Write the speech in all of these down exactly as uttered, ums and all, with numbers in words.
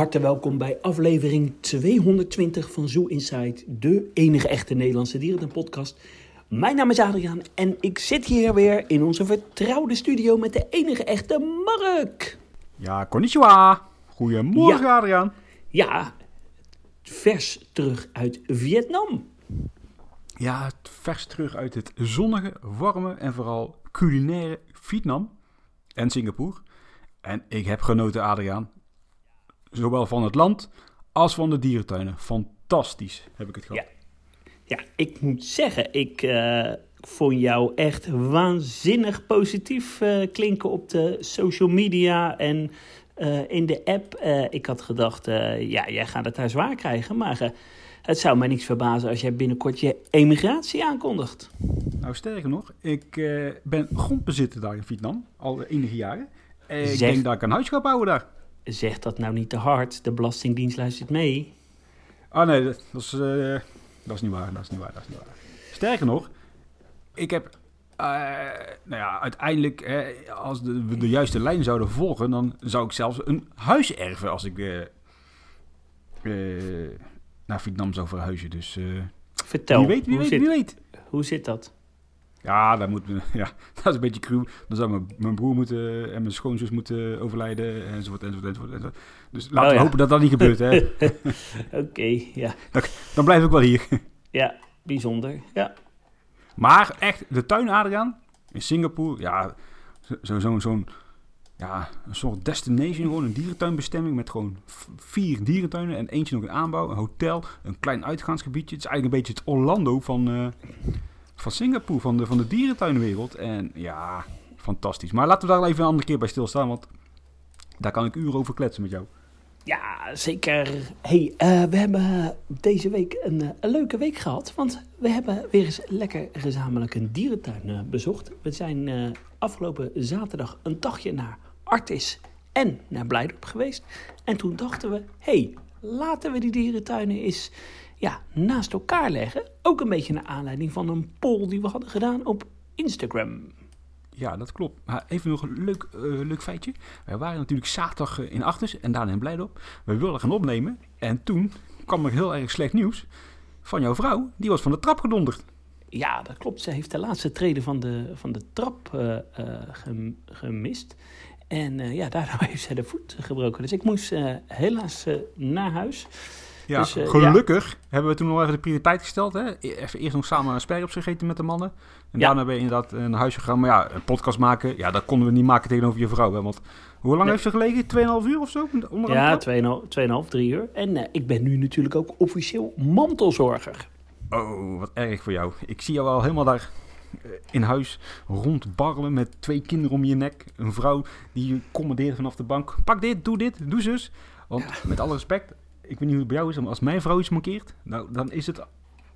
harte welkom bij aflevering tweehonderdtwintig van Zoo Inside, de enige echte Nederlandse dierentuinpodcast. Mijn naam is Adriaan en ik zit hier weer in onze vertrouwde studio met de enige echte Mark. Ja, konnichiwa. Goedemorgen, Ja. Adriaan. Ja, vers terug uit Vietnam. Ja, vers terug uit het zonnige, warme en vooral culinaire Vietnam en Singapore. En ik heb genoten, Adriaan. Zowel van het land als van de dierentuinen. Fantastisch, heb ik het gehad. Ja, ja ik moet zeggen, ik uh, vond jou echt waanzinnig positief uh, klinken op de social media en uh, in de app. Uh, ik had gedacht, uh, ja, jij gaat het daar zwaar krijgen, maar uh, het zou mij niks verbazen als jij binnenkort je emigratie aankondigt. Nou, sterker nog, ik uh, ben grondbezitter daar in Vietnam, al enige jaren. Uh, Zeg... Ik denk dat ik een huis ga bouwen daar. Zeg dat nou niet te hard, de Belastingdienst luistert mee. Ah nee, dat, dat, is, uh, dat is niet waar, dat is niet waar, dat is niet waar. Sterker nog, ik heb, uh, nou ja, uiteindelijk, uh, als de, we de juiste lijn zouden volgen, dan zou ik zelfs een huis erven als ik uh, uh, naar Vietnam zou verhuizen. Dus uh, vertel, wie weet, wie weet, zit, wie weet. Hoe zit dat? Ja, dat, moet, ja, dat is een beetje cruw. Dan zou mijn, mijn broer moeten en mijn schoonzus moeten overlijden, enzovoort, enzovoort, enzovoort. enzovoort. Dus laten oh, we ja. hopen dat dat niet gebeurt, hè. Oké, okay, ja. Dan, dan blijf ik wel hier. Ja, bijzonder, ja. Maar echt, de tuin, Adriaan, in Singapore, ja, zo, zo, zo'n, ja, een soort destination, gewoon een dierentuinbestemming met gewoon vier dierentuinen en eentje nog in aanbouw, een hotel, een klein uitgaansgebiedje. Het is eigenlijk een beetje het Orlando van... Uh, Van Singapore, van de, van de dierentuinwereld. En ja, fantastisch. Maar laten we daar even een andere keer bij stilstaan, want daar kan ik uren over kletsen met jou. Ja, zeker. Hey, uh, we hebben deze week een, een leuke week gehad, want we hebben weer eens lekker gezamenlijk een dierentuin uh, bezocht. We zijn uh, afgelopen zaterdag een dagje naar Artis en naar Blijdorp geweest. En toen dachten we, hey, laten we die dierentuinen eens... Ja, naast elkaar leggen. Ook een beetje naar aanleiding van een poll die we hadden gedaan op Instagram. Ja, dat klopt. Maar even nog een leuk, uh, leuk feitje. Wij waren natuurlijk zaterdag in Artis en daarna in Blijdorp. We wilden gaan opnemen. En toen kwam er heel erg slecht nieuws van jouw vrouw. Die was van de trap gedonderd. Ja, dat klopt. Ze heeft de laatste treden van de, van de trap uh, uh, gem, gemist. En uh, ja, daardoor heeft zij de voet gebroken. Dus ik moest uh, helaas uh, naar huis. Ja, dus, uh, gelukkig ja. hebben we toen nog even de prioriteit gesteld. Hè? Even eerst nog samen een sperrips gegeten met de mannen. En ja. daarna ben je inderdaad naar huis gegaan. Maar ja, een podcast maken, ja, dat konden we niet maken tegenover je vrouw. Hè? Want hoe lang nee. heeft ze gelegen? Tweeënhalf uur of zo? Onder ja, tweeënhalf, drie uur. En uh, ik ben nu natuurlijk ook officieel mantelzorger. Oh, wat erg voor jou. Ik zie jou al helemaal daar uh, in huis rondbarrelen met twee kinderen om je nek. Een vrouw die je commandeert vanaf de bank. Pak dit, doe dit, doe zus. Want ja. met alle respect... Ik weet niet hoe het bij jou is, maar als mijn vrouw iets mankeert, nou, dan is het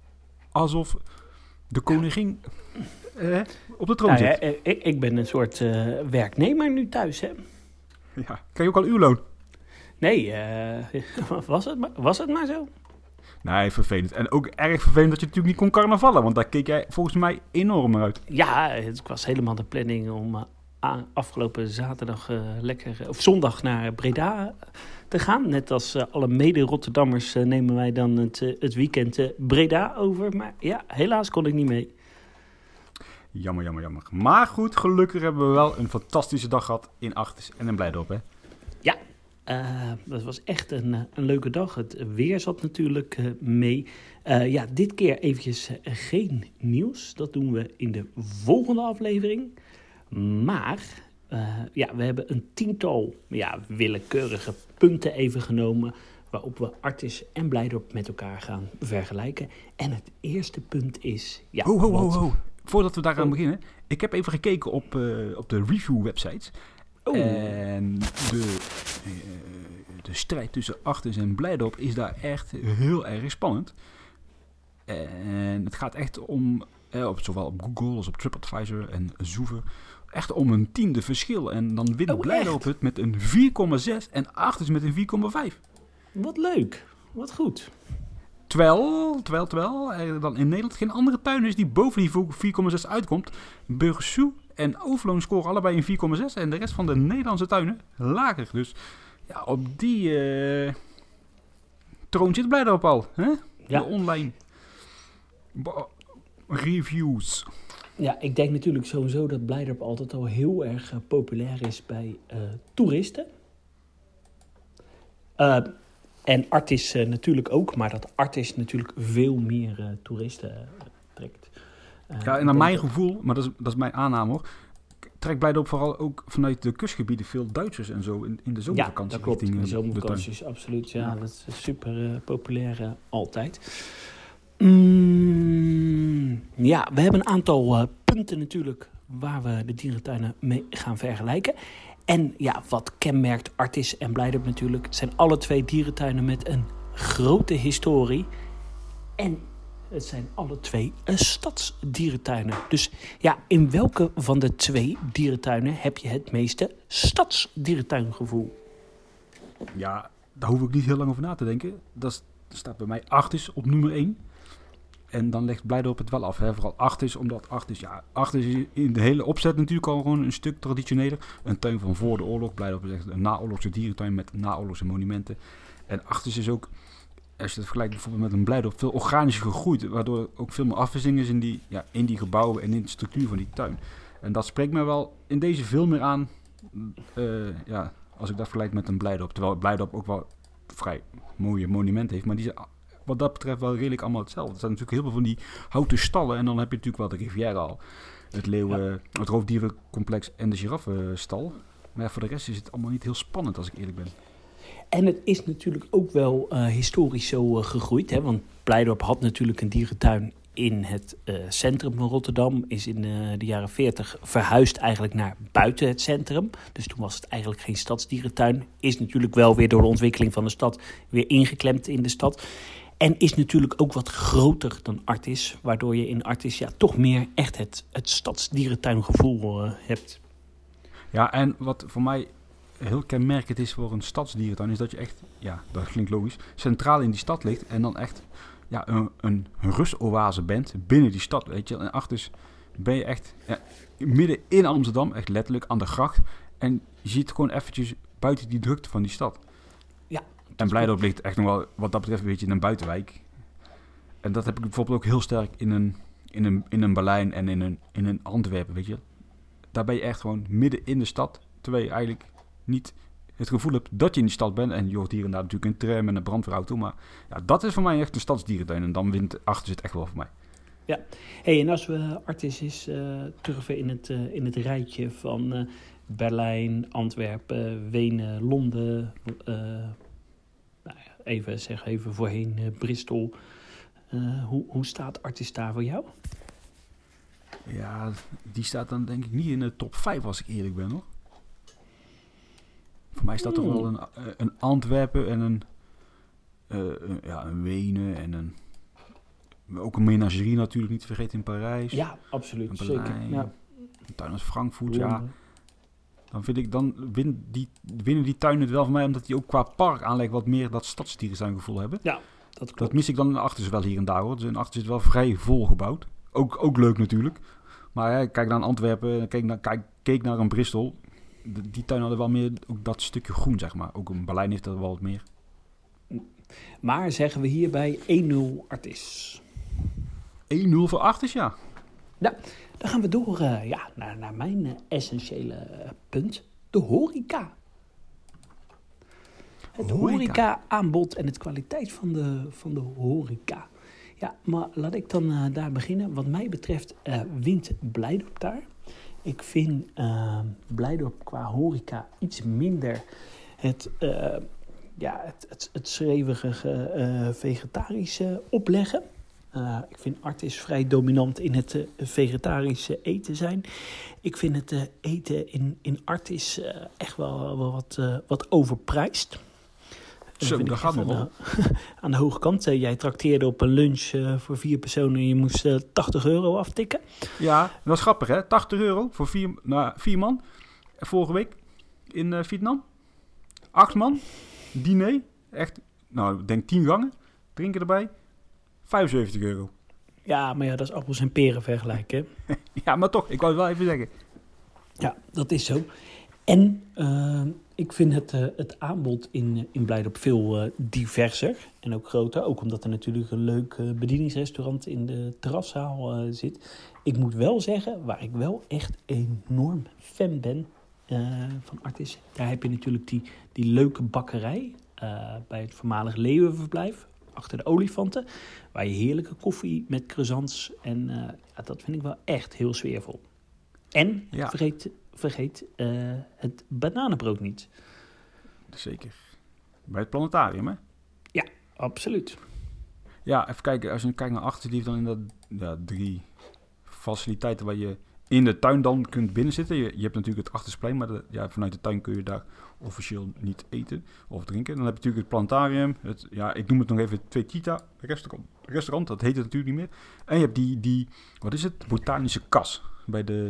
alsof de koningin eh, op de troon nou, zit. Ja, ik, ik ben een soort uh, werknemer nu thuis, hè. Ja, krijg je ook al uurloon? Nee, uh, was, het maar, was het maar zo? Nee, vervelend. En ook erg vervelend dat je natuurlijk niet kon carnavallen, want daar keek jij volgens mij enorm naar uit. Ja, het was helemaal de planning om uh, afgelopen zaterdag uh, lekker, of zondag naar Breda te gaan. Net als uh, alle mede-Rotterdammers uh, nemen wij dan het, uh, het weekend uh, Breda over. Maar ja, helaas kon ik niet mee. Jammer, jammer, jammer. Maar goed, gelukkig hebben we wel een fantastische dag gehad in Artis en in Blijdorp, hè? Ja, uh, dat was echt een, een leuke dag. Het weer zat natuurlijk uh, mee. Uh, ja, dit keer eventjes uh, geen nieuws. Dat doen we in de volgende aflevering. Maar... Uh, ja, we hebben een tiental ja, willekeurige punten even genomen... waarop we Artis en Blijdorp met elkaar gaan vergelijken. En het eerste punt is... Ja, ho, ho, wat... ho, ho. Voordat we daar aan beginnen... Ik heb even gekeken op, uh, op de review-websites. Oh. En de, uh, de strijd tussen Artis en Blijdorp is daar echt heel erg spannend. En het gaat echt om... Uh, op, zowel op Google als op TripAdvisor en Zoever... Echt om een tiende verschil. En dan wint oh, Blijdorp het met een vier komma zes en Artis met een vier komma vijf. Wat leuk. Wat goed. Terwijl, terwijl, terwijl er dan in Nederland geen andere tuin is die boven die vier komma zes uitkomt. Burgersoe en Overloon scoren allebei een vier komma zes. En de rest van de Nederlandse tuinen lager. Dus Ja, op die uh, troon zit Blijdorp al. Hè? Ja. De online Ba- reviews. Ja, ik denk natuurlijk sowieso dat Blijdorp altijd al heel erg uh, populair is bij uh, toeristen. Uh, en Artis uh, natuurlijk ook, maar dat Artis natuurlijk veel meer uh, toeristen uh, trekt. Uh, ja, en naar mijn dat... gevoel, maar dat is, dat is mijn aanname hoor, trekt Blijdorp vooral ook vanuit de kustgebieden veel Duitsers en zo in, in de zomervakantie. Ja, dat klopt. In de zomervakanties, de absoluut. Ja, ja, dat is super uh, populair uh, altijd. Mm, ja, we hebben een aantal uh, punten natuurlijk waar we de dierentuinen mee gaan vergelijken. En ja, wat kenmerkt Artis en Blijdorp natuurlijk, het zijn alle twee dierentuinen met een grote historie. En het zijn alle twee uh, stadsdierentuinen. Dus ja, in welke van de twee dierentuinen heb je het meeste stadsdierentuingevoel? Ja, daar hoef ik niet heel lang over na te denken. Dat staat bij mij Artis op nummer één. En dan legt Blijdorp het wel af. Hè? Vooral Artis, omdat Artis, ja, Artis is in de hele opzet natuurlijk al gewoon een stuk traditioneler. Een tuin van voor de oorlog. Blijdorp is echt een naoorlogse dierentuin met naoorlogse monumenten. En Artis is ook, als je het vergelijkt bijvoorbeeld met een Blijdorp, veel organischer gegroeid. Waardoor ook veel meer afwisseling is in die, ja, in die gebouwen en in de structuur van die tuin. En dat spreekt mij wel in deze veel meer aan, uh, ja, als ik dat vergelijk met een Blijdorp. Terwijl Blijdorp ook wel vrij mooie monumenten heeft, maar die zijn wat dat betreft wel redelijk allemaal hetzelfde. Er zijn natuurlijk heel veel van die houten stallen. En dan heb je natuurlijk wel de Riviera al. Het leeuwen, ja. Het roofdierencomplex en de giraffenstal. Maar ja, voor de rest is het allemaal niet heel spannend, als ik eerlijk ben. En het is natuurlijk ook wel uh, historisch zo uh, gegroeid. Hè? Want Blijdorp had natuurlijk een dierentuin in het uh, centrum van Rotterdam. Is in uh, de jaren veertig verhuisd eigenlijk naar buiten het centrum. Dus toen was het eigenlijk geen stadsdierentuin. Is natuurlijk wel weer door de ontwikkeling van de stad weer ingeklemd in de stad. En is natuurlijk ook wat groter dan Artis. Waardoor je in Artis ja, toch meer echt het, het stadsdierentuingevoel uh, hebt. Ja, en wat voor mij heel kenmerkend is voor een stadsdierentuin, is dat je echt, ja, dat klinkt logisch, centraal in die stad ligt en dan echt ja, een, een rustoase bent binnen die stad, weet je. En Artis ben je echt ja, midden in Amsterdam, echt letterlijk aan de gracht. En je ziet gewoon eventjes buiten die drukte van die stad. Ja. En Blijdorp ligt echt nog wel, wat dat betreft, een beetje in een buitenwijk. En dat heb ik bijvoorbeeld ook heel sterk in een, in een, in een Berlijn en in een, in een Antwerpen, weet je. Daar ben je echt gewoon midden in de stad, terwijl je eigenlijk niet het gevoel hebt dat je in die stad bent. En je hoort hier en daar natuurlijk een tram en een brandweerauto. Maar ja, dat is voor mij echt een stadsdierentuin. En dan wint Artis het echt wel voor mij. Ja, hey, en als we Artis is uh, terugvinden in het, uh, in het rijtje van uh, Berlijn, Antwerpen, Wenen, Londen. Uh, nou ja, even zeg even voorheen uh, Bristol. Uh, hoe, hoe staat Artis daar voor jou? Ja, die staat dan denk ik niet in de top vijf als ik eerlijk ben hoor. Voor mij staat hmm. toch wel een, een Antwerpen en een, uh, een, ja, een Wenen en een, ook een menagerie natuurlijk niet te vergeten in Parijs. Ja, absoluut, een Berlijn, zeker. Ja. Een tuin als Frankfurt, ja. Dan vind ik, dan win die, winnen die tuinen het wel voor mij, omdat die ook qua park aanleg wat meer dat stadsdierentuingevoel hebben. Ja, dat klopt. Dat mis ik dan in Artis wel hier en daar hoor. Dus in Artis is het wel vrij vol gebouwd. Ook, ook leuk natuurlijk. Maar ja, kijk naar Antwerpen, kijk naar, kijk, keek naar een Bristol. De, die tuin hadden wel meer ook dat stukje groen, zeg maar. Ook een Berlijn heeft dat wel wat meer. Maar zeggen we hierbij één nul Artis. één nul voor Artis, ja. Ja, dan gaan we door uh, ja, naar, naar mijn uh, essentiële uh, punt. De horeca. Het horeca-aanbod en het kwaliteit van de, van de horeca. Ja, maar laat ik dan uh, daar beginnen. Wat mij betreft uh, wint Blijdorp daar. Ik vind uh, Blijdorp qua horeca iets minder het, uh, ja, het, het, het schreeuwige uh, vegetarische opleggen. Uh, ik vind Artis vrij dominant in het uh, vegetarische eten zijn. Ik vind het uh, eten in, in Artis uh, echt wel, wel wat, uh, wat overprijsd. Zo, dat gaat nog wel. Aan de hoge kant. Uh, jij trakteerde op een lunch uh, voor vier personen en je moest uh, tachtig euro aftikken. Ja, dat is grappig hè. tachtig euro voor vier, nou, vier man. Vorige week in uh, Vietnam. Acht man. Diner. Echt, nou ik denk tien gangen. Drinken erbij. vijfenzeventig euro. Ja, maar ja, dat is appels en peren vergelijken. Ja, maar toch. Ik wou het wel even zeggen. Ja, dat is zo. En uh, ik vind het, uh, het aanbod in, in Blijdorp veel uh, diverser en ook groter. Ook omdat er natuurlijk een leuk uh, bedieningsrestaurant in de terraszaal uh, zit. Ik moet wel zeggen, waar ik wel echt enorm fan ben uh, van Artis. Daar heb je natuurlijk die, die leuke bakkerij uh, bij het voormalig Leeuwenverblijf. Achter de olifanten. Waar je heerlijke koffie met croissants. En uh, ja, dat vind ik wel echt heel sfeervol. En ja. vergeet, vergeet uh, het bananenbrood niet. Zeker. Bij het planetarium, hè? Ja, absoluut. Ja, even kijken. Als je kijkt naar achter, die heeft dan inderdaad ja, drie faciliteiten waar je in de tuin dan kunt binnenzitten. Je, je hebt natuurlijk het Achtersplein, maar de, ja, vanuit de tuin kun je daar officieel niet eten of drinken. Dan heb je natuurlijk het planetarium. Het, ja, ik noem het nog even Twee Cheetah restaurant, restaurant. Dat heet het natuurlijk niet meer. En je hebt die, die wat is het? Botanische kas bij, de,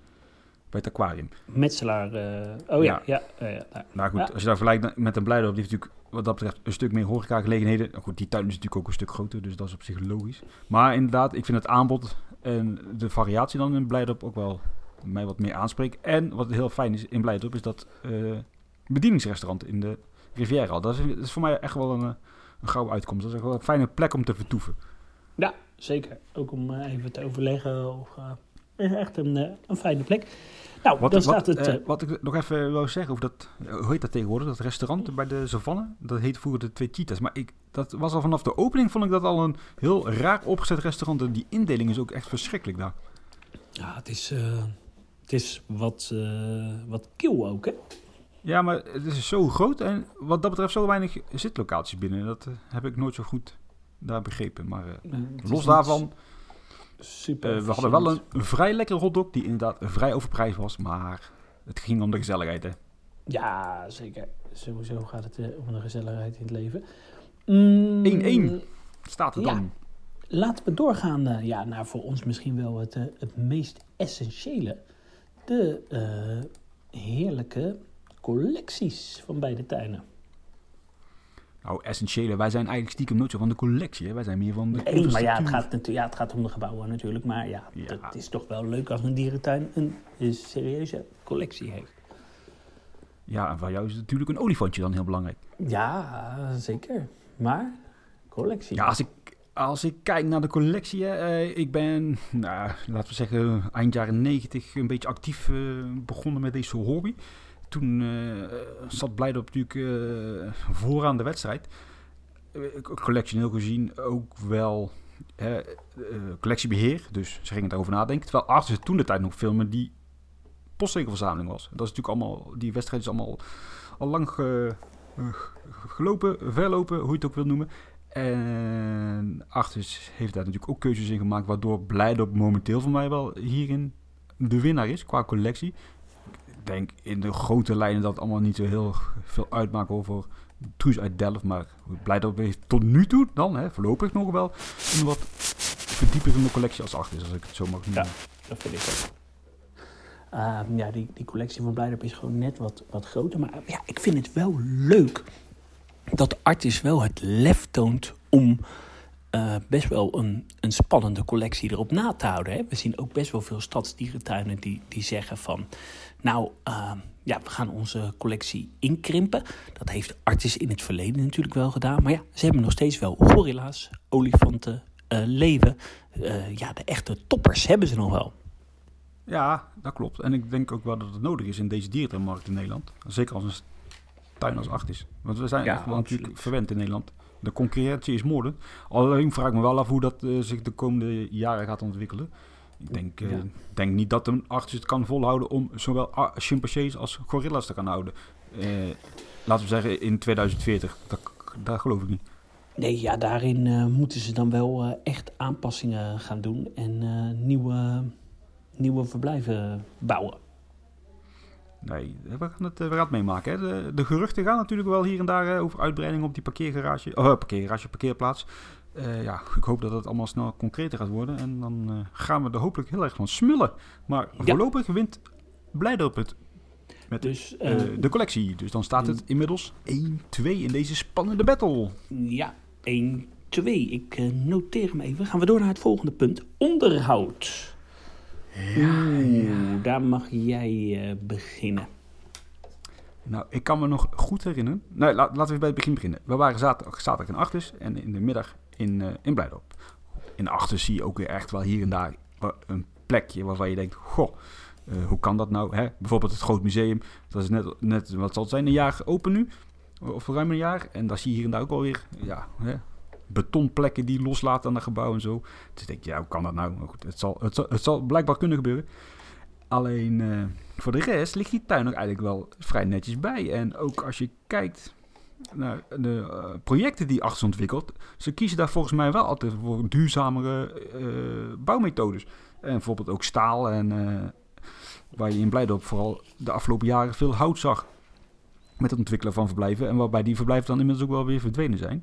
bij het aquarium. Metselaar. Uh, oh ja, ja. ja, ja, ja. Nou goed, ja. als je daar vergelijkt met een Blijdorp, die heeft natuurlijk wat dat betreft een stuk meer horecagelegenheden. Nou goed, die tuin is natuurlijk ook een stuk groter, dus dat is op zich logisch. Maar inderdaad, ik vind het aanbod en de variatie dan in Blijdorp ook wel mij wat meer aanspreekt. En wat heel fijn is in Blijdorp, is dat uh, bedieningsrestaurant in de Riviera. Dat is, dat is voor mij echt wel een, een gouden uitkomst. Dat is echt wel een fijne plek om te vertoeven. Ja, zeker. Ook om uh, even te overleggen. Of, uh, echt een, uh, een fijne plek. Nou, wat, dan wat, staat het... Uh, uh, wat ik nog even wil zeggen over dat... Hoe heet dat tegenwoordig? Dat restaurant bij de Savanne? Dat heette vroeger de Twee Cheetahs. Maar ik, dat was al vanaf de opening, vond ik dat al een heel raar opgezet restaurant. En die indeling is ook echt verschrikkelijk daar. Ja, het is, uh, het is wat, uh, wat kil ook, hè? Ja, maar het is zo groot en wat dat betreft zo weinig zitlocaties binnen. Dat uh, heb ik nooit zo goed daar begrepen. Maar uh, uh, los daarvan... Super uh, we hadden wel een, een vrij lekkere hotdog die inderdaad vrij overprijsd was, maar het ging om de gezelligheid, hè? Ja, zeker. Sowieso gaat het uh, om de gezelligheid in het leven. één-één mm, staat er dan. Ja, laten we doorgaan uh, ja, naar voor ons misschien wel het, uh, het meest essentiële. De uh, heerlijke collecties van beide tuinen. Nou, essentiële. Wij zijn eigenlijk stiekem nooit zo van de collectie. Hè? Wij zijn meer van de nee, maar ja het, gaat natu- ja, het gaat om de gebouwen natuurlijk. Maar ja, ja, het is toch wel leuk als een dierentuin een, een serieuze collectie heeft. Ja, en voor jou is het natuurlijk een olifantje dan heel belangrijk. Ja, zeker. Maar, collectie. Ja, als ik, als ik kijk naar de collectie... Uh, ik ben, nou, laten we zeggen, eind jaren negentig een beetje actief uh, begonnen met deze hobby. Toen uh, zat Blijdorp natuurlijk uh, vooraan de wedstrijd. Uh, collectioneel gezien ook wel uh, uh, collectiebeheer. Dus ze gingen daarover nadenken. Terwijl Artis toen de tijd nog filmen die postzegelverzameling was. Dat is natuurlijk allemaal, die wedstrijd is allemaal al lang ge, uh, gelopen, verlopen, hoe je het ook wil noemen. En Artis heeft daar natuurlijk ook keuzes in gemaakt, waardoor Blijdorp momenteel voor mij wel hierin de winnaar is qua collectie. Ik denk in de grote lijnen dat het allemaal niet zo heel veel uitmaakt over Truus uit Delft. Maar Blijdorp heeft tot nu toe dan, hè, voorlopig nog wel, een wat verdieperende collectie als Artis, als ik het zo mag noemen. Ja, dat vind ik ook. Uh, ja, die, die collectie van Blijdorp is gewoon net wat, wat groter. Maar ja, ik vind het wel leuk dat Artis wel het lef toont om uh, best wel een, een spannende collectie erop na te houden. Hè? We zien ook best wel veel stadsdierentuinen die, die zeggen van... Nou, uh, ja, we gaan onze collectie inkrimpen. Dat heeft Artis in het verleden natuurlijk wel gedaan. Maar ja, ze hebben nog steeds wel gorilla's, olifanten, uh, leeuwen. Uh, ja, de echte toppers hebben ze nog wel. Ja, dat klopt. En ik denk ook wel dat het nodig is in deze dierentuinmarkt in Nederland. Zeker als een tuin als Artis. Want we zijn ja, echt wel natuurlijk verwend in Nederland. De concurrentie is moordend. Alleen vraag ik me wel af hoe dat uh, zich de komende jaren gaat ontwikkelen. Ik denk, uh, ja. denk niet dat een Artis het kan volhouden om zowel chimpansees als gorilla's te gaan houden. Uh, laten we zeggen in tweeduizend veertig. Dat, dat geloof ik niet. Nee, ja, daarin uh, moeten ze dan wel uh, echt aanpassingen gaan doen en uh, nieuwe, nieuwe verblijven bouwen. Nee, we gaan het, we gaan het meemaken. Hè. De, de geruchten gaan natuurlijk wel hier en daar uh, over uitbreiding op die parkeergarage. Oh, parkeergarage, parkeerplaats. Uh, ja, ik hoop dat het allemaal snel concreter gaat worden. En dan uh, gaan we er hopelijk heel erg van smullen. Maar ja. Voorlopig wint Blijdorp het met dus, uh, uh, de collectie. Dus dan staat het inmiddels één-twee in deze spannende battle. Ja, één-twee. Ik uh, noteer hem even. Gaan we door naar het volgende punt. Onderhoud. Ja, Oeh, ja. Daar mag jij uh, beginnen. Nou, ik kan me nog goed herinneren. Nou, la, laten we bij het begin beginnen. We waren zaterdag, zaterdag in Artis en in de middag in, uh, in Blijdorp. In Artis zie je ook weer echt wel hier en daar een plekje waarvan je denkt, goh, uh, hoe kan dat nou? Hè? Bijvoorbeeld het Groot Museum, dat is net, net wat zal het zijn, een jaar open nu, of ruim een jaar. En daar zie je hier en daar ook alweer, ja, hè, betonplekken die loslaten aan het gebouw en zo. Dus denk je, ja, hoe kan dat nou? Maar goed, het zal, het zal, het zal blijkbaar kunnen gebeuren. Alleen uh, voor de rest ligt die tuin er eigenlijk wel vrij netjes bij. En ook als je kijkt naar de uh, projecten die Artis ontwikkelt, ze kiezen daar volgens mij wel altijd voor duurzamere uh, bouwmethodes. En bijvoorbeeld ook staal en uh, waar je in Blijdorp vooral de afgelopen jaren veel hout zag met het ontwikkelen van verblijven. En waarbij die verblijven dan inmiddels ook wel weer verdwenen zijn.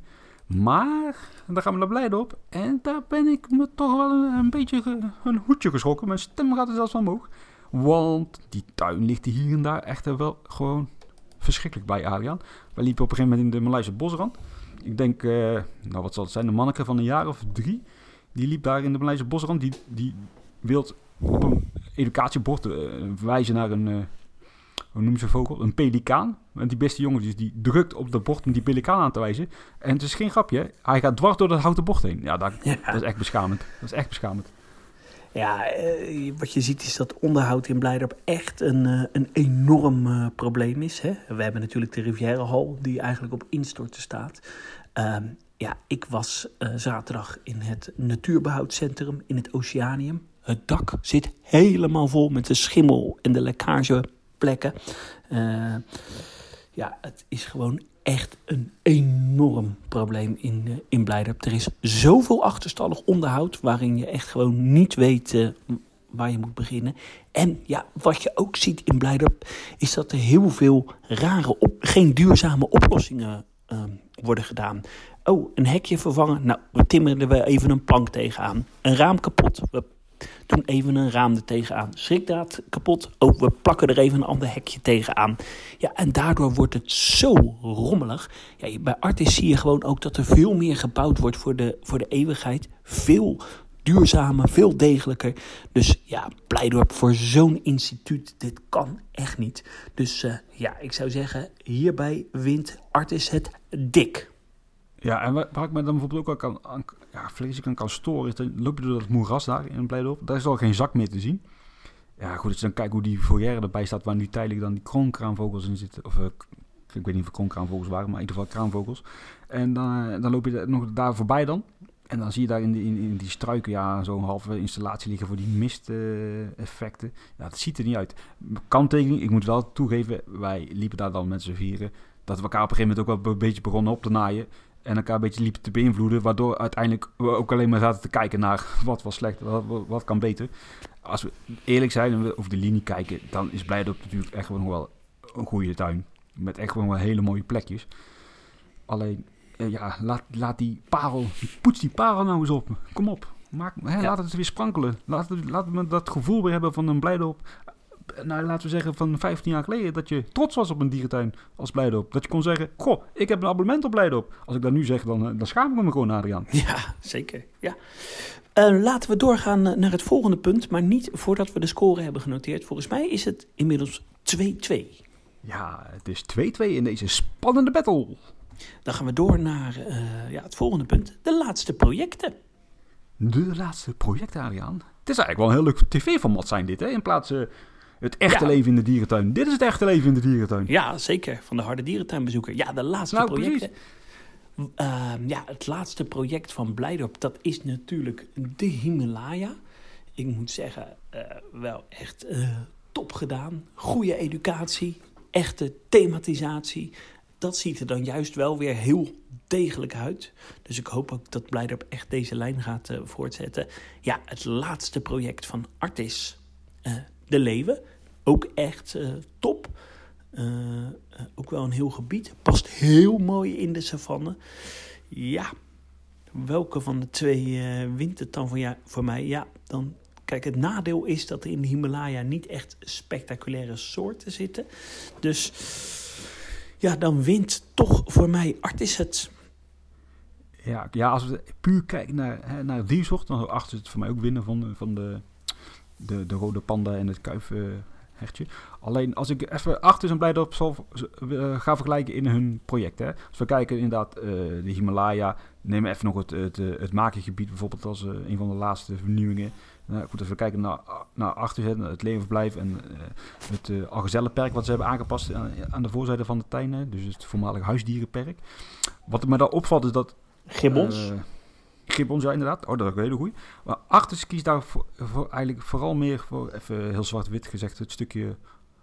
Maar, daar gaan we naar Blijdorp. En daar ben ik me toch wel een, een beetje ge, een hoedje geschrokken. Mijn stem gaat er zelfs van omhoog. Want die tuin ligt hier en daar echt wel gewoon verschrikkelijk bij, Adriaan. Wij liepen op een gegeven moment in de Maleise bosrand. Ik denk, uh, nou wat zal het zijn, een manneke van een jaar of drie. Die liep daar in de Maleise bosrand. Die, die wil op een educatiebord uh, wijzen naar een, uh, hoe noem je zo'n vogel? Een pelikaan. En die beste jongen dus die drukt op dat bord om die pelikaan aan te wijzen. En het is geen grapje, hij gaat dwars door dat houten bord heen. Ja, dat, ja. dat is echt beschamend. Dat is echt beschamend. Ja, eh, wat je ziet is dat onderhoud in Blijdorp echt een, uh, een enorm uh, probleem is. Hè? We hebben natuurlijk de Rivierenhal die eigenlijk op instorten staat. Uh, ja, ik was uh, zaterdag in het natuurbehoudcentrum in het Oceanium. Het dak zit helemaal vol met de schimmel en de lekkageplekken. Uh, ja, het is gewoon echt een enorm probleem in, uh, in Blijdorp. Er is zoveel achterstallig onderhoud waarin je echt gewoon niet weet uh, waar je moet beginnen. En ja, wat je ook ziet in Blijdorp is dat er heel veel rare, op, geen duurzame oplossingen uh, worden gedaan. Oh, een hekje vervangen. Nou, we timmeren er even een plank tegenaan. Een raam kapot. We doen even een raam er tegenaan. Schrikdraad kapot. Oh, we plakken er even een ander hekje tegenaan. Ja, en daardoor wordt het zo rommelig. Ja, bij Artis zie je gewoon ook dat er veel meer gebouwd wordt voor de, voor de eeuwigheid. Veel duurzamer, veel degelijker. Dus ja, Blijdorp voor zo'n instituut, dit kan echt niet. Dus uh, ja, ik zou zeggen, hierbij wint Artis het dik. Ja, en waar, waar ik me dan bijvoorbeeld ook al kan, aan, ja, vreselijk aan kan storen, is dan loop je door dat moeras daar in Blijdorp. Daar is al geen zak meer te zien. Ja, goed, als je dan kijkt hoe die foyer erbij staat, waar nu tijdelijk dan die kroonkraanvogels in zitten. Of uh, ik weet niet of het kroonkraanvogels waren, maar in ieder geval kraanvogels. En dan, uh, dan loop je nog daar voorbij dan. En dan zie je daar in, die, in, in die struiken ja, zo'n halve installatie liggen voor die mist-effecten. Uh, ja, dat ziet er niet uit. Kanttekening, ik moet wel toegeven, wij liepen daar dan met z'n vieren. Dat we elkaar op een gegeven moment ook wel een beetje begonnen op te naaien. En elkaar een beetje liepen te beïnvloeden. Waardoor uiteindelijk we ook alleen maar zaten te kijken naar wat was slecht, wat, wat, wat kan beter. Als we eerlijk zijn en we over de linie kijken, dan is Blijdorp natuurlijk echt gewoon wel een goede tuin. Met echt gewoon wel hele mooie plekjes. Alleen, uh, ja, laat, laat die parel, poets die parel nou eens op. Kom op, maak, hè, ja. Laat het weer sprankelen. Laat, laat me dat gevoel weer hebben van een Blijdorp. Nou, laten we zeggen van vijftien jaar geleden, dat je trots was op een dierentuin als Blijdorp. Dat je kon zeggen, goh, ik heb een abonnement op Blijdorp. Als ik dat nu zeg, dan, dan schaam ik me gewoon, Adriaan. Ja, zeker. Ja. Uh, laten we doorgaan naar het volgende punt, maar niet voordat we de score hebben genoteerd. Volgens mij is het inmiddels twee-twee. Ja, het is twee-twee in deze spannende battle. Dan gaan we door naar uh, ja, het volgende punt, de laatste projecten. De laatste projecten, Adriaan. Het is eigenlijk wel een heel leuk tv-format zijn dit, hè? In plaats van... Uh, Het echte ja. leven in de dierentuin. Dit is het echte leven in de dierentuin. Ja, zeker. Van de harde dierentuinbezoeker. Ja, de laatste nou, projecten. Uh, ja, het laatste project van Blijdorp, dat is natuurlijk de Himalaya. Ik moet zeggen, uh, wel echt uh, top gedaan. Goede educatie, echte thematisatie. Dat ziet er dan juist wel weer heel degelijk uit. Dus ik hoop ook dat Blijdorp echt deze lijn gaat uh, voortzetten. Ja, het laatste project van Artis. Uh, De Leeuwen, ook echt uh, top. Uh, uh, ook wel een heel gebied. Past heel mooi in de savanne. Ja, welke van de twee uh, wint het dan voor, ja, voor mij? Ja, dan... Kijk, het nadeel is dat er in de Himalaya niet echt spectaculaire soorten zitten. Dus ja, dan wint toch voor mij Artis het. Ja, ja, als we puur kijken naar, hè, naar diersoort, dan zou Artis het voor mij ook winnen van de... Van de De, de rode panda en het kuif, uh, hertje. Alleen als ik even Arctis en Blijdorp zal, uh, ga vergelijken in hun project. Hè. Als we kijken inderdaad uh, de Himalaya, neem even nog het, het, het, het Makergebied bijvoorbeeld als uh, een van de laatste vernieuwingen. Uh, goed, als we kijken naar, naar Arctis, het levenverblijf en uh, het uh, Algezellenperk wat ze hebben aangepast aan, aan de voorzijde van de tuin. Hè, dus het voormalige huisdierenperk. Wat me daar opvalt is dat... Gibbons? Uh, Gibbons, ja inderdaad. Oh, dat is een hele goeie. Maar Arctis kiest daar voor, voor eigenlijk vooral meer voor, even heel zwart-wit gezegd, het stukje...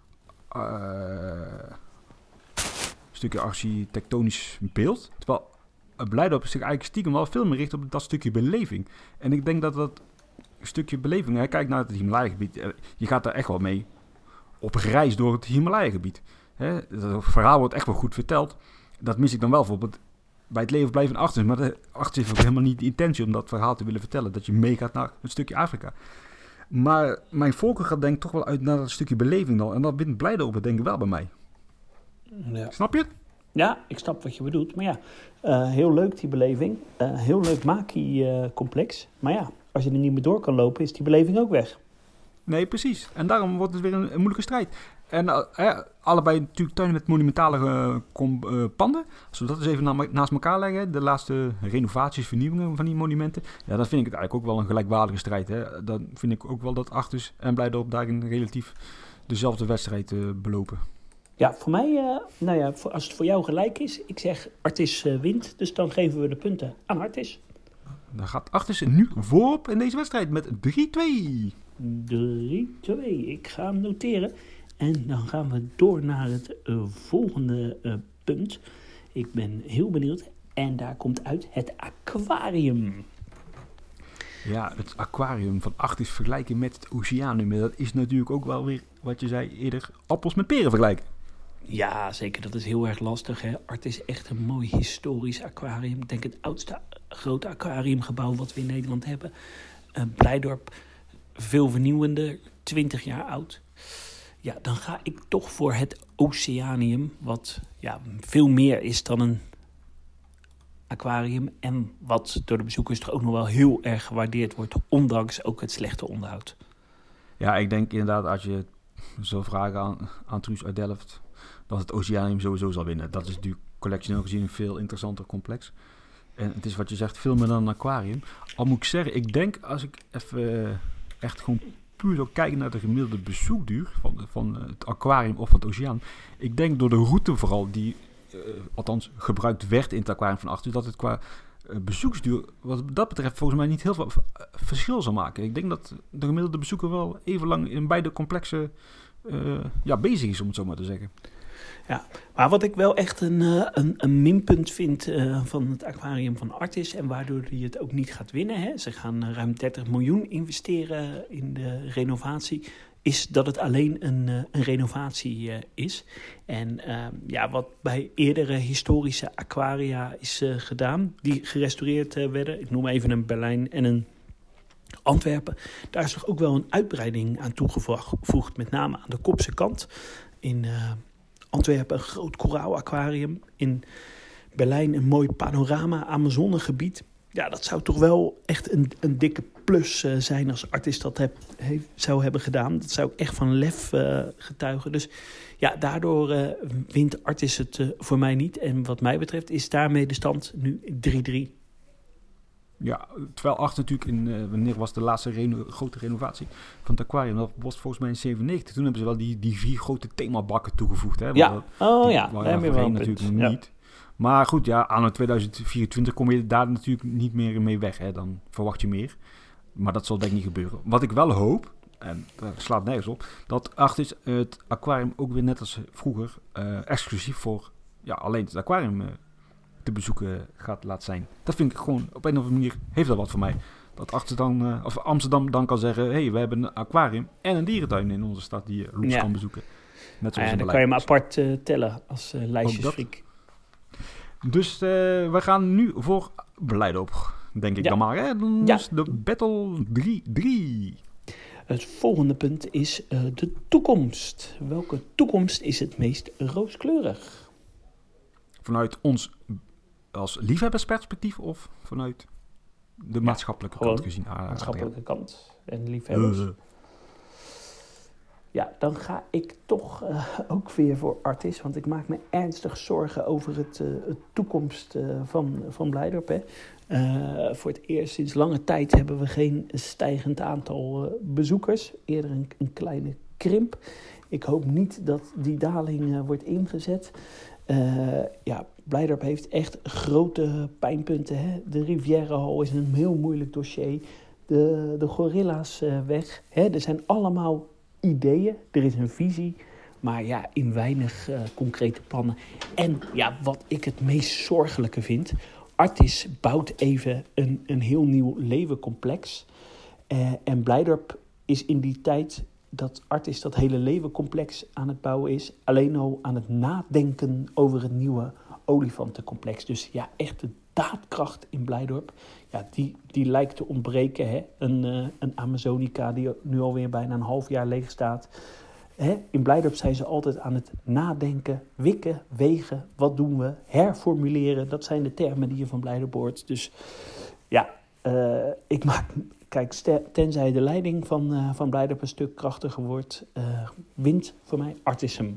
Uh, stukje architectonisch beeld. Terwijl Blijdorp zich eigenlijk stiekem wel veel meer richt op dat stukje beleving. En ik denk dat dat stukje beleving... Hè, kijk naar het Himalaya-gebied. Je gaat daar echt wel mee op reis door het Himalaya-gebied. Hè, het verhaal wordt echt wel goed verteld. Dat mis ik dan wel bijvoorbeeld bij het leven blijven achter. Maar de, achter is ook helemaal niet de intentie om dat verhaal te willen vertellen. Dat je meegaat naar een stukje Afrika. Maar mijn voorkeur gaat denk ik toch wel uit naar dat stukje beleving dan. En dat bindt Blijdorp denk ik wel bij mij. Ja. Snap je het? Ja, ik snap wat je bedoelt. Maar ja, uh, heel leuk die beleving. Uh, heel leuk Maki-complex. Uh, maar ja, als je er niet meer door kan lopen, is die beleving ook weg. Nee, precies. En daarom wordt het weer een, een moeilijke strijd. En uh, eh, allebei natuurlijk tuinen met monumentale uh, kom, uh, panden. Als we dat eens even na, naast elkaar leggen, de laatste renovaties, vernieuwingen van die monumenten. Ja, dat vind ik het eigenlijk ook wel een gelijkwaardige strijd. Hè. Dan vind ik ook wel dat Arctis en Blijdorp daarin relatief dezelfde wedstrijd uh, belopen. Ja, voor mij, uh, nou ja, voor, als het voor jou gelijk is, ik zeg Arctis uh, wint. Dus dan geven we de punten aan Arctis. Dan gaat Arctis nu voorop in deze wedstrijd met drie twee. drie twee, ik ga hem noteren. En dan gaan we door naar het uh, volgende uh, punt. Ik ben heel benieuwd. En daar komt uit het aquarium. Ja, het aquarium van Arctis vergelijken met het oceanum. Dat is natuurlijk ook wel weer, wat je zei eerder, appels met peren vergelijken. Ja, zeker. Dat is heel erg lastig. Hè? Arctis is echt een mooi historisch aquarium. Ik denk het oudste grote aquariumgebouw wat we in Nederland hebben. Uh, Blijdorp, veel vernieuwender, twintig jaar oud. Ja, dan ga ik toch voor het Oceanium, wat ja, veel meer is dan een aquarium. En wat door de bezoekers toch ook nog wel heel erg gewaardeerd wordt, ondanks ook het slechte onderhoud. Ja, ik denk inderdaad, als je zou vragen aan, aan Truus uit Delft, dat het Oceanium sowieso zal winnen. Dat is natuurlijk collectioneel gezien een veel interessanter complex. En het is wat je zegt, veel meer dan een aquarium. Al moet ik zeggen, ik denk als ik even echt gewoon puur zou kijken naar de gemiddelde bezoekduur van, van het aquarium of van het oceaan. Ik denk door de route vooral die, uh, althans gebruikt werd in het aquarium van Arctis, dat het qua uh, bezoeksduur, wat dat betreft, volgens mij niet heel veel uh, verschil zal maken. Ik denk dat de gemiddelde bezoeker wel even lang in beide complexen uh, ja, bezig is, om het zo maar te zeggen. Ja, maar wat ik wel echt een, een, een minpunt vind uh, van het aquarium van Arctis en waardoor hij het ook niet gaat winnen, hè, ze gaan ruim dertig miljoen investeren in de renovatie, is dat het alleen een, een renovatie uh, is. En uh, ja, wat bij eerdere historische aquaria is uh, gedaan, die gerestaureerd uh, werden, ik noem even een Berlijn en een Antwerpen, daar is toch ook wel een uitbreiding aan toegevoegd, met name aan de kopse kant. In uh, Antwerpen een groot koraalaquarium. In Berlijn een mooi panorama Amazonegebied. Ja, dat zou toch wel echt een, een dikke plus uh, zijn als Arctis dat heb, heeft, zou hebben gedaan. Dat zou ik echt van lef uh, getuigen. Dus ja, daardoor uh, wint Arctis het uh, voor mij niet. En wat mij betreft is daarmee de stand nu drie drie. Ja, terwijl Arctis natuurlijk in, uh, wanneer was de laatste reno- grote renovatie van het aquarium? Dat was volgens mij in zevenennegentig. Toen hebben ze wel die, die vier grote themabakken toegevoegd. Hè? Ja, dat, oh die, ja, waar daar heb je wel een natuurlijk punt. niet. Ja. Maar goed, ja, anno tweeduizend vierentwintig kom je daar natuurlijk niet meer mee weg. Hè? Dan verwacht je meer. Maar dat zal denk ik niet gebeuren. Wat ik wel hoop, en dat slaat nergens op, dat Arctis het aquarium ook weer net als vroeger uh, exclusief voor ja, alleen het aquarium uh, te bezoeken gaat laten zijn. Dat vind ik gewoon, op een of andere manier heeft dat wat voor mij. Dat Arctis dan, uh, of Amsterdam dan kan zeggen, hé, hey, we hebben een aquarium en een dierentuin in onze stad die je los ja. kan bezoeken. Net zoals Ah, ja, dan in kan je hem apart uh, tellen als uh, lijstjesfreak. Dus uh, we gaan nu voor Blijdorp, denk ik ja. dan maar. Hè? Dan Ja. is de battle drie drie. Het volgende punt is uh, de toekomst. Welke toekomst is het meest rooskleurig? Vanuit ons als liefhebbersperspectief of vanuit de ja, maatschappelijke kant gezien? Ah, maatschappelijke kant en liefhebbers. Uh. Ja, dan ga ik toch uh, ook weer voor Artis. Want ik maak me ernstig zorgen over het, uh, het toekomst uh, van, van Blijdorp. Hè. Uh, voor het eerst sinds lange tijd hebben we geen stijgend aantal uh, bezoekers. Eerder een, een kleine krimp. Ik hoop niet dat die daling uh, wordt ingezet. Uh, ja, Blijdorp heeft echt grote pijnpunten. Hè. De Riviera Hall is een heel moeilijk dossier. De, de Gorilla's uh, weg. Hè. Er zijn allemaal ideeën, er is een visie, maar ja, in weinig uh, concrete plannen. En ja, wat ik het meest zorgelijke vind, Artis bouwt even een, een heel nieuw levencomplex. Uh, en Blijdorp is in die tijd dat Artis dat hele levencomplex aan het bouwen is, alleen al aan het nadenken over het nieuwe olifantencomplex. Dus ja, echt de daadkracht in Blijdorp, ja, die, die lijkt te ontbreken. Hè? Een, uh, een Amazonica die nu alweer bijna een half jaar leeg staat. Hè? In Blijdorp zijn ze altijd aan het nadenken, wikken, wegen. Wat doen we? Herformuleren. Dat zijn de termen die je van Blijdorp hoort. Dus ja, uh, ik maak... Kijk, tenzij de leiding van, uh, van Blijdorp een stuk krachtiger wordt, uh, wint voor mij Artisum.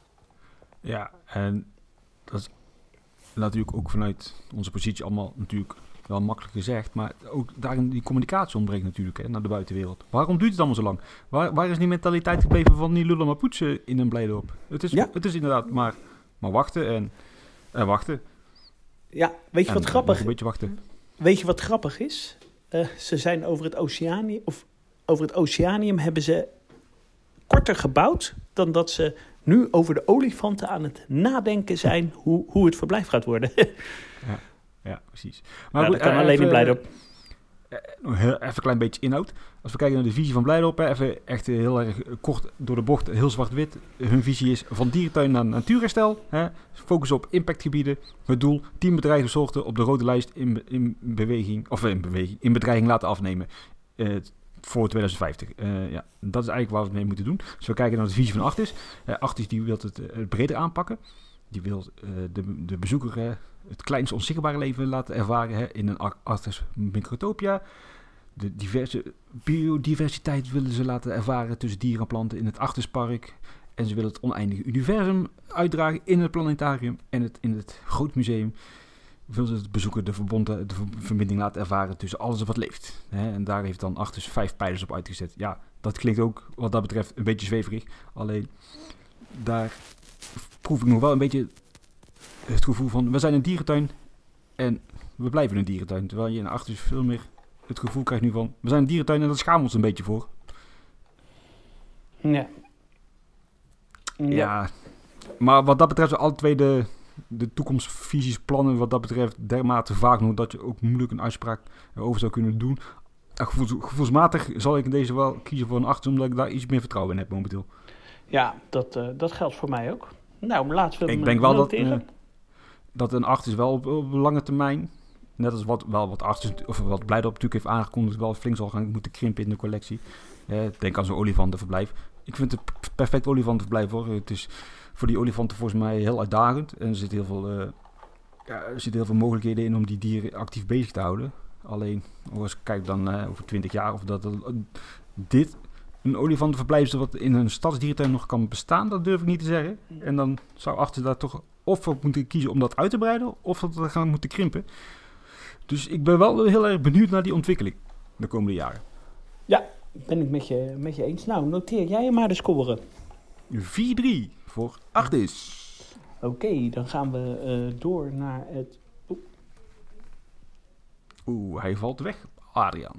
Ja, en dat is natuurlijk ook vanuit onze positie allemaal natuurlijk wel makkelijk gezegd, maar ook daarin die communicatie ontbreekt natuurlijk hè, naar de buitenwereld. Waarom duurt het allemaal zo lang? Waar, waar is die mentaliteit gebleven van die lullen maar poetsen in een Blijdorp? Het is, ja. het is inderdaad maar, maar wachten en, en wachten. Ja, weet je en, wat grappig? Een beetje wachten. Weet je wat grappig is? Uh, ze zijn over het Oceanium, of over het Oceanium hebben ze korter gebouwd dan dat ze nu over de olifanten aan het nadenken zijn hoe, hoe het verblijf gaat worden. ja, ja, precies. Maar ja, goed, dat kan uh, alleen even, in Blijdorp. Uh, even een klein beetje inhoud. Als we kijken naar de visie van Blijdorp, hè, even echt heel erg kort door de bocht, heel zwart-wit. Hun visie is van dierentuin naar natuurherstel. Hè, focus op impactgebieden. Het doel, tien bedreigde op de rode lijst in, in beweging, of in beweging, in bedreiging laten afnemen. Uh, voor twintig vijftig. Uh, ja, dat is eigenlijk waar we het mee moeten doen. Als we kijken naar de visie van Artis. Uh, Artis die wil het uh, breder aanpakken. Die wil uh, de, de bezoeker uh, het kleinste onzichtbare leven laten ervaren hè, in een Artis Microtopia. De diverse biodiversiteit willen ze laten ervaren tussen dieren en planten in het Artispark. En ze willen het oneindige universum uitdragen in het planetarium en het, in het groot museum. Wil ze het bezoeker de, verbonden, de verbinding laten ervaren tussen alles wat leeft. Hè? En daar heeft dan Artis vijf pijlers op uitgezet. Ja, dat klinkt ook wat dat betreft een beetje zweverig. Alleen daar proef ik nog wel een beetje het gevoel van, we zijn een dierentuin en we blijven een dierentuin. Terwijl je in Artis veel meer het gevoel krijgt nu van, we zijn een dierentuin en daar schamen we ons een beetje voor. Ja. Ja, ja maar wat dat betreft alle twee de, de toekomstvisies, plannen wat dat betreft dermate vaag nog dat je ook moeilijk een uitspraak over zou kunnen doen. Gevoels, gevoelsmatig zal ik in deze wel kiezen voor een acht, omdat ik daar iets meer vertrouwen in heb momenteel. Ja, dat, uh, dat geldt voor mij ook. Nou, laten we hem Ik denk wel dat, uh, dat dat een acht is wel op, op lange termijn. Net als wat, wel wat Artis, of wat Blijdorp natuurlijk heeft aangekondigd, wel flink zal gaan moeten krimpen in de collectie. Eh, denk aan zo'n olifantenverblijf. Ik vind het een perfect olifantenverblijf hoor. Het is voor die olifanten volgens mij heel uitdagend. En er zitten heel veel, uh, ja, er zitten heel veel mogelijkheden in om die dieren actief bezig te houden. Alleen, als ik kijk dan uh, over twintig jaar of dat uh, dit een olifantenverblijf is wat in een stadsdierentuin nog kan bestaan, dat durf ik niet te zeggen. En dan zou Artis daar toch of voor moeten kiezen om dat uit te breiden, of dat we gaan moeten krimpen. Dus ik ben wel heel erg benieuwd naar die ontwikkeling de komende jaren. Ja, ben ik met je, met je eens. Nou, noteer jij maar de score. vier drie voor Artis. Oké, okay, dan gaan we uh, door naar het... Oeh. Oeh, hij valt weg, Adriaan.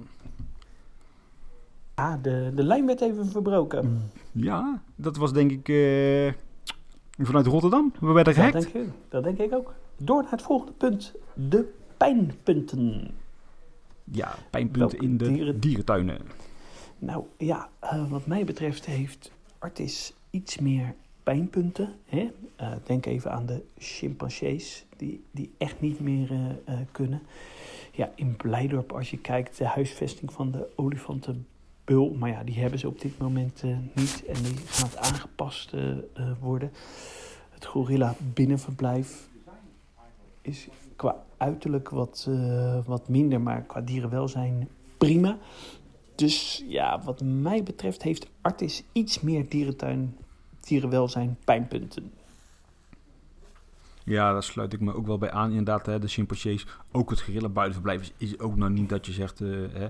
Ah, de, de lijn werd even verbroken. Ja, dat was denk ik uh, vanuit Rotterdam. We werden gehackt. Dat denk ik, dat denk ik ook. Door naar het volgende punt. De pijnpunten. Ja, pijnpunten Welke in de dieren... dierentuinen. Nou ja, uh, wat mij betreft heeft Artis iets meer pijnpunten. Hè? Uh, denk even aan de chimpansees die, die echt niet meer uh, uh, kunnen. Ja, in Blijdorp, als je kijkt, de huisvesting van de olifantenbul. Maar ja, die hebben ze op dit moment uh, niet. En die gaat aangepast uh, uh, worden. Het gorilla binnenverblijf is qua uiterlijk wat, uh, wat minder, maar qua dierenwelzijn prima. Dus ja, wat mij betreft heeft Artis iets meer dierentuin, dierenwelzijn, pijnpunten. Ja, daar sluit ik me ook wel bij aan. Inderdaad, hè, de chimpansees, ook het gerille buitenverblijf is, is ook nog niet dat je zegt... Uh, hè,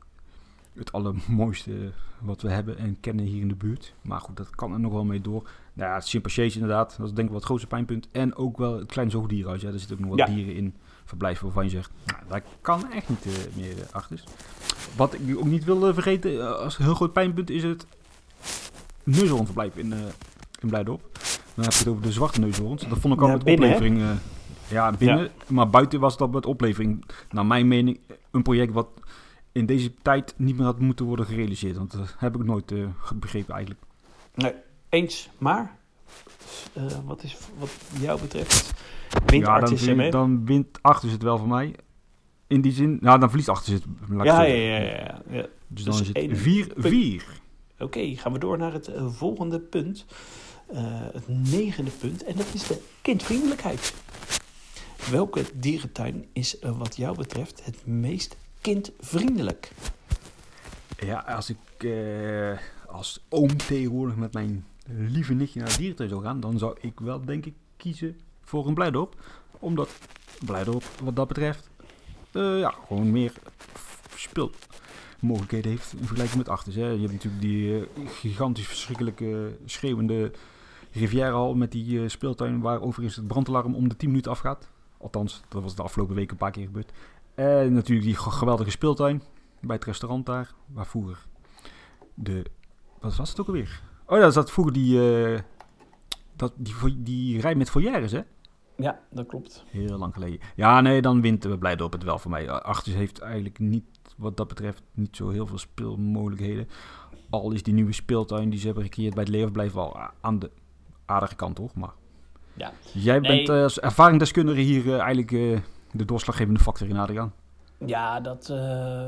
het allermooiste wat we hebben en kennen hier in de buurt. Maar goed, dat kan er nog wel mee door. Nou ja, chimpansees inderdaad, dat is denk ik wel het grootste pijnpunt. En ook wel het kleine zoogdierenhuis. Ja. Er zitten ook nog wat ja. dieren in verblijven waarvan je zegt... Nou, dat kan echt niet uh, meer uh, achter. Wat ik ook niet wil uh, vergeten, uh, als een heel groot pijnpunt is het neushoornverblijf in, uh, in Blijdorp. Dan heb je het over de zwarte neushoorns. Dat vond ik al ja, met binnen, oplevering... Uh, ja, binnen. Ja. Maar buiten was dat met oplevering, naar mijn mening, een project wat... in deze tijd niet meer had moeten worden gerealiseerd. Want dat heb ik nooit uh, begrepen eigenlijk. Nee, eens. Maar, uh, wat is wat jou betreft, wint ja, Artis dan, dan wint Artis het wel voor mij. In die zin, nou dan verliest Artis het. Ja, ja, ja, ja, ja. Dus dan dus is het vier vier. Oké, okay, gaan we door naar het uh, volgende punt. Uh, het negende punt. En dat is de kindvriendelijkheid. Welke dierentuin is uh, wat jou betreft het meest kindvriendelijk? Ja, als ik uh, als oom tegenwoordig met mijn lieve nichtje naar de dierentuin zou gaan, dan zou ik wel denk ik kiezen voor een Blijdorp. Omdat Blijdorp wat dat betreft uh, ja, gewoon meer speelmogelijkheden heeft in vergelijking met Artis. Hè. Je hebt natuurlijk die uh, gigantisch verschrikkelijke schreeuwende Rivierahal met die uh, speeltuin waar overigens het brandalarm om de tien minuten afgaat. Althans, dat was de afgelopen weken een paar keer gebeurd. En natuurlijk die geweldige speeltuin bij het restaurant daar, waar vroeger de... Wat was het ook alweer? Oh ja, dat zat vroeger die, uh, dat, die, die rij met foyeres, hè? Ja, dat klopt. Heel lang geleden. Ja, nee, dan wint we Blijdorp het wel voor mij. Artis heeft eigenlijk niet, wat dat betreft, niet zo heel veel speelmogelijkheden. Al is die nieuwe speeltuin die ze hebben gecreëerd bij het Leeuwenblijf wel aan de aardige kant, toch? Maar ja. Jij nee. bent uh, als ervaringsdeskundige hier uh, eigenlijk uh, de doorslaggevende factor in, Adriaan. Ja, dat uh,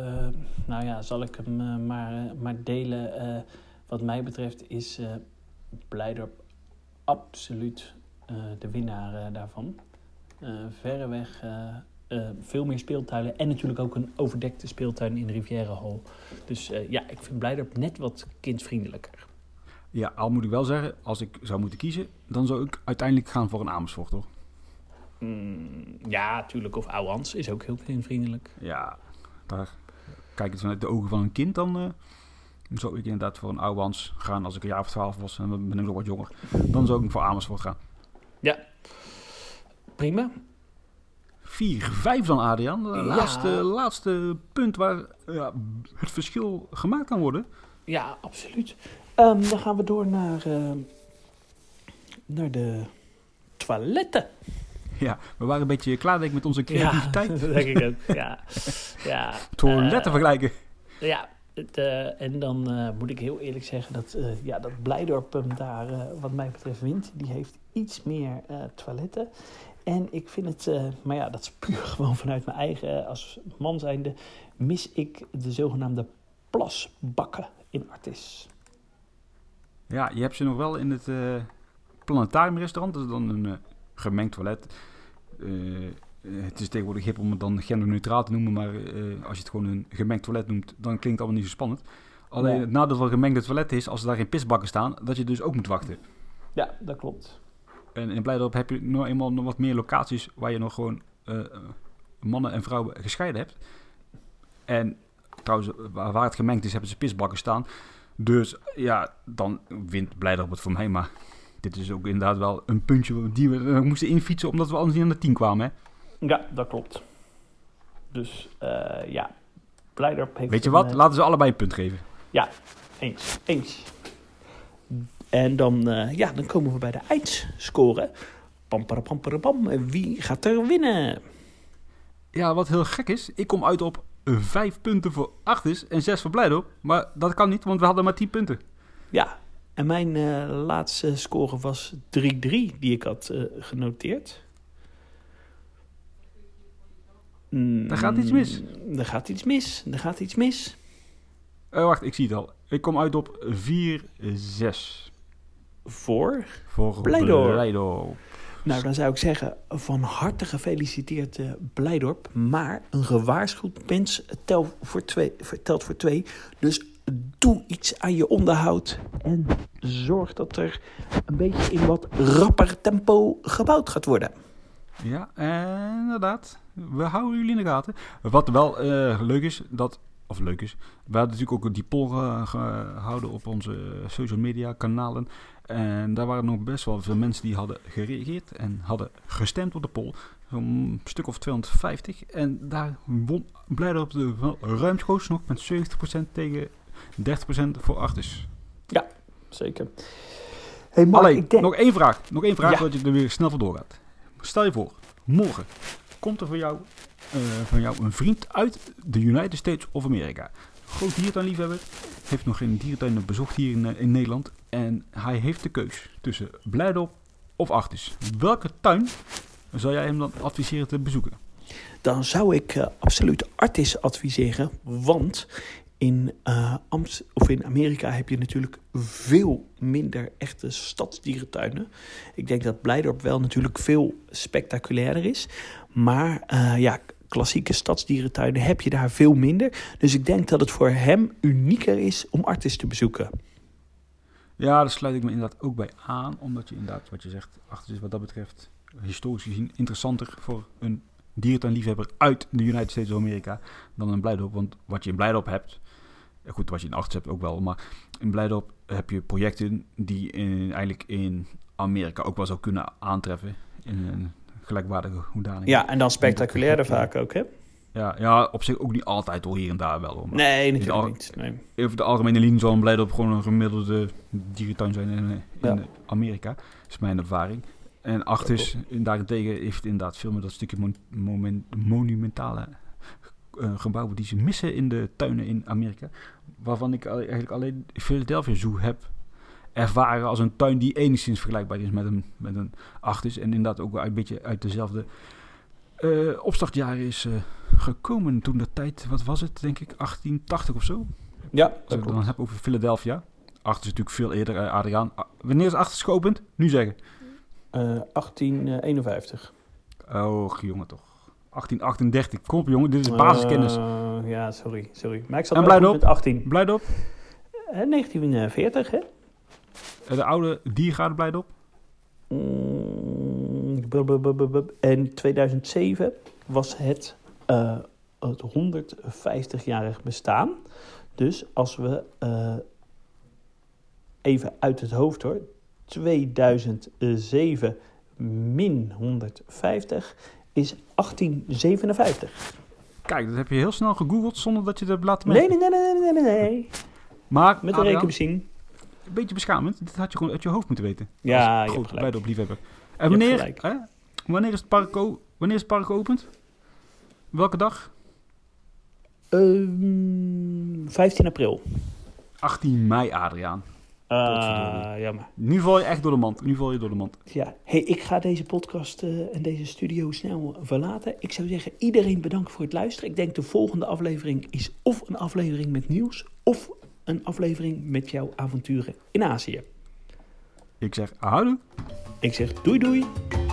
nou ja, zal ik hem uh, maar, uh, maar delen. Uh, wat mij betreft is uh, Blijdorp absoluut uh, de winnaar uh, daarvan. Uh, verreweg uh, uh, veel meer speeltuinen en natuurlijk ook een overdekte speeltuin in de Rivierahal. Dus uh, ja, ik vind Blijdorp net wat kindvriendelijker. Ja, al moet ik wel zeggen, als ik zou moeten kiezen, dan zou ik uiteindelijk gaan voor een Amersfoort, hoor. Mm, ja, natuurlijk. Of Ouwans is ook heel kindvriendelijk. Ja, daar kijk ik vanuit de ogen van een kind, dan uh, zou ik inderdaad voor een Ouwans gaan. Als ik een jaar of twaalf was en dan ben ik nog wat jonger, dan zou ik voor Amersfoort gaan. Ja, prima. vier vijf dan, Adriaan. De ja. laatste, laatste punt waar ja, het verschil gemaakt kan worden. Ja, absoluut. Um, dan gaan we door naar, uh, naar de toiletten. Ja, we waren een beetje klaar denk ik met onze creativiteit. Ja, dat denk ik ook. Ja. Ja, toiletten uh, vergelijken. Ja, het, uh, en dan uh, moet ik heel eerlijk zeggen dat, uh, ja, dat Blijdorp hem daar uh, wat mij betreft wint. Die heeft iets meer uh, toiletten. En ik vind het, uh, maar ja, dat is puur gewoon vanuit mijn eigen, uh, als man zijnde, mis ik de zogenaamde plasbakken in Artis. Ja, je hebt ze nog wel in het uh, planetarium restaurant. Dat is dan een uh, gemengd toilet. Uh, het is tegenwoordig hip om het dan genderneutraal te noemen. Maar uh, als je het gewoon een gemengd toilet noemt, dan klinkt het allemaal niet zo spannend. Alleen ja. Het nadeel van gemengde toilet is, als er daar geen pisbakken staan, dat je dus ook moet wachten. Ja, dat klopt. En in Blijdorp heb je nog eenmaal nog wat meer locaties waar je nog gewoon uh, mannen en vrouwen gescheiden hebt. En trouwens, waar het gemengd is, hebben ze pisbakken staan. Dus ja, dan wint Blijdorp het voor mij. Maar dit is ook inderdaad wel een puntje die we uh, moesten infietsen, omdat we anders niet aan de tien kwamen, hè? Ja, dat klopt. Dus uh, ja, Blijdorp heeft... Weet je wat? Een, Laten ze allebei een punt geven. Ja, eens. Eens. En dan, uh, ja, dan komen we bij de eindscore. Pam, pam, pam, pam, pam. Wie gaat er winnen? Ja, wat heel gek is. Ik kom uit op vijf punten voor Artis en zes voor Blijdorp. Maar dat kan niet, want we hadden maar tien punten. Ja, en mijn uh, laatste score was drie drie, die ik had uh, genoteerd. Mm, er gaat iets mis. Er gaat iets mis. Er gaat iets mis. Uh, wacht, ik zie het al. Ik kom uit op vier zes. Voor? Voor Blijdorp. Blijdorp. Nou, dan zou ik zeggen, van harte gefeliciteerd uh, Blijdorp. Maar een gewaarschuwd mens telt voor twee, telt voor twee. Dus doe iets aan je onderhoud. En zorg dat er een beetje in wat rapper tempo gebouwd gaat worden. Ja, en inderdaad. We houden jullie in de gaten. Wat wel uh, leuk is, dat... Of leuk is. We hadden natuurlijk ook die poll uh, gehouden op onze social media kanalen. En daar waren nog best wel veel mensen die hadden gereageerd en hadden gestemd op de poll. Zo'n stuk of tweehonderdvijftig. En daar won Blijdorp de wel ruimschoots nog met zeventig procent tegen dertig procent voor Artis. Ja, zeker. Hey Mark, Allee, ik denk... nog één vraag. Nog één vraag, ja. zodat je er weer snel voor doorgaat. Stel je voor, morgen komt er voor jou, uh, van jou een vriend uit de United States of Amerika. Groot dierentuinliefhebber, heeft nog geen dierentuin bezocht hier in, uh, in Nederland. En hij heeft de keus tussen Blijdorp of Artis. Welke tuin zou jij hem dan adviseren te bezoeken? Dan zou ik uh, absoluut Artis adviseren, want in, uh, Amst- of in Amerika heb je natuurlijk veel minder echte stadsdierentuinen. Ik denk dat Blijdorp wel natuurlijk veel spectaculairder is, maar uh, ja, klassieke stadsdierentuinen heb je daar veel minder. Dus ik denk dat het voor hem unieker is om Artis te bezoeken. Ja, daar sluit ik me inderdaad ook bij aan, omdat je inderdaad, wat je zegt, Artis is wat dat betreft historisch gezien interessanter voor een dierentuinliefhebber uit de United States of Amerika dan een Blijdorp. Want wat je in Blijdorp hebt, goed, wat je in Artis hebt ook wel, maar in Blijdorp heb je projecten die in, eigenlijk in Amerika ook wel zou kunnen aantreffen in een gelijkwaardige hoedanigheid. Ja, en dan spectaculairder vaak ook, hè? Ja, ja, op zich ook niet altijd hoor, hier en daar wel. Hoor. Maar nee, natuurlijk al, niet. Nee. Over de algemene linie zal een Blijdorp gewoon een gemiddelde dierentuin zijn in, in ja. Amerika. Dat is mijn ervaring. En Artis, daarentegen, heeft inderdaad veel meer dat stukje mon- moment, monumentale uh, gebouwen die ze missen in de tuinen in Amerika. Waarvan ik eigenlijk alleen Philadelphia Zoo heb ervaren als een tuin die enigszins vergelijkbaar is met een, met een Artis. En inderdaad ook wel een beetje uit dezelfde uh, opstartjaren is uh, gekomen toen de tijd, wat was het, denk ik, achttien tachtig of zo? Ja, dat Als ik het dan heb over Philadelphia. Artis is natuurlijk veel eerder, uh, Adriaan. Uh, wanneer is Artis geopend? Nu zeggen. Uh, achttien eenenvijftig. Oh, jongen toch. achttien achtendertig. Kom op, jongen. Dit is basiskennis. Uh, ja, sorry, sorry. Maar ik zat en wel met achttien. Blijdorp? Uh, negentien veertig, hè? De oude diergaarde Blijdorp? Mm, en tweeduizend zeven was het, uh, het honderdvijftigjarig bestaan. Dus als we uh, even uit het hoofd hoor... tweeduizend zeven min honderdvijftig is achttien zevenenvijftig. Kijk, dat heb je heel snel gegoogeld zonder dat je het hebt laten merken. Nee, nee, nee, nee, nee, nee. Maar, met een rekenmachine. Een beetje beschamend. Dit had je gewoon uit je hoofd moeten weten. Ja, als groot Blijdorp liefhebber. En wanneer, hè, wanneer, is het park o- wanneer is het park geopend? Welke dag? Um, vijftien april. achttien mei, Adriaan. Uh, jammer. Nu val je echt door de mand. Nu val je door de mand. Ja. Hey, ik ga deze podcast uh, en deze studio snel verlaten. Ik zou zeggen, iedereen bedankt voor het luisteren. Ik denk de volgende aflevering is of een aflevering met nieuws... of een aflevering met jouw avonturen in Azië. Ik zeg houdoe. Ik zeg doei doei.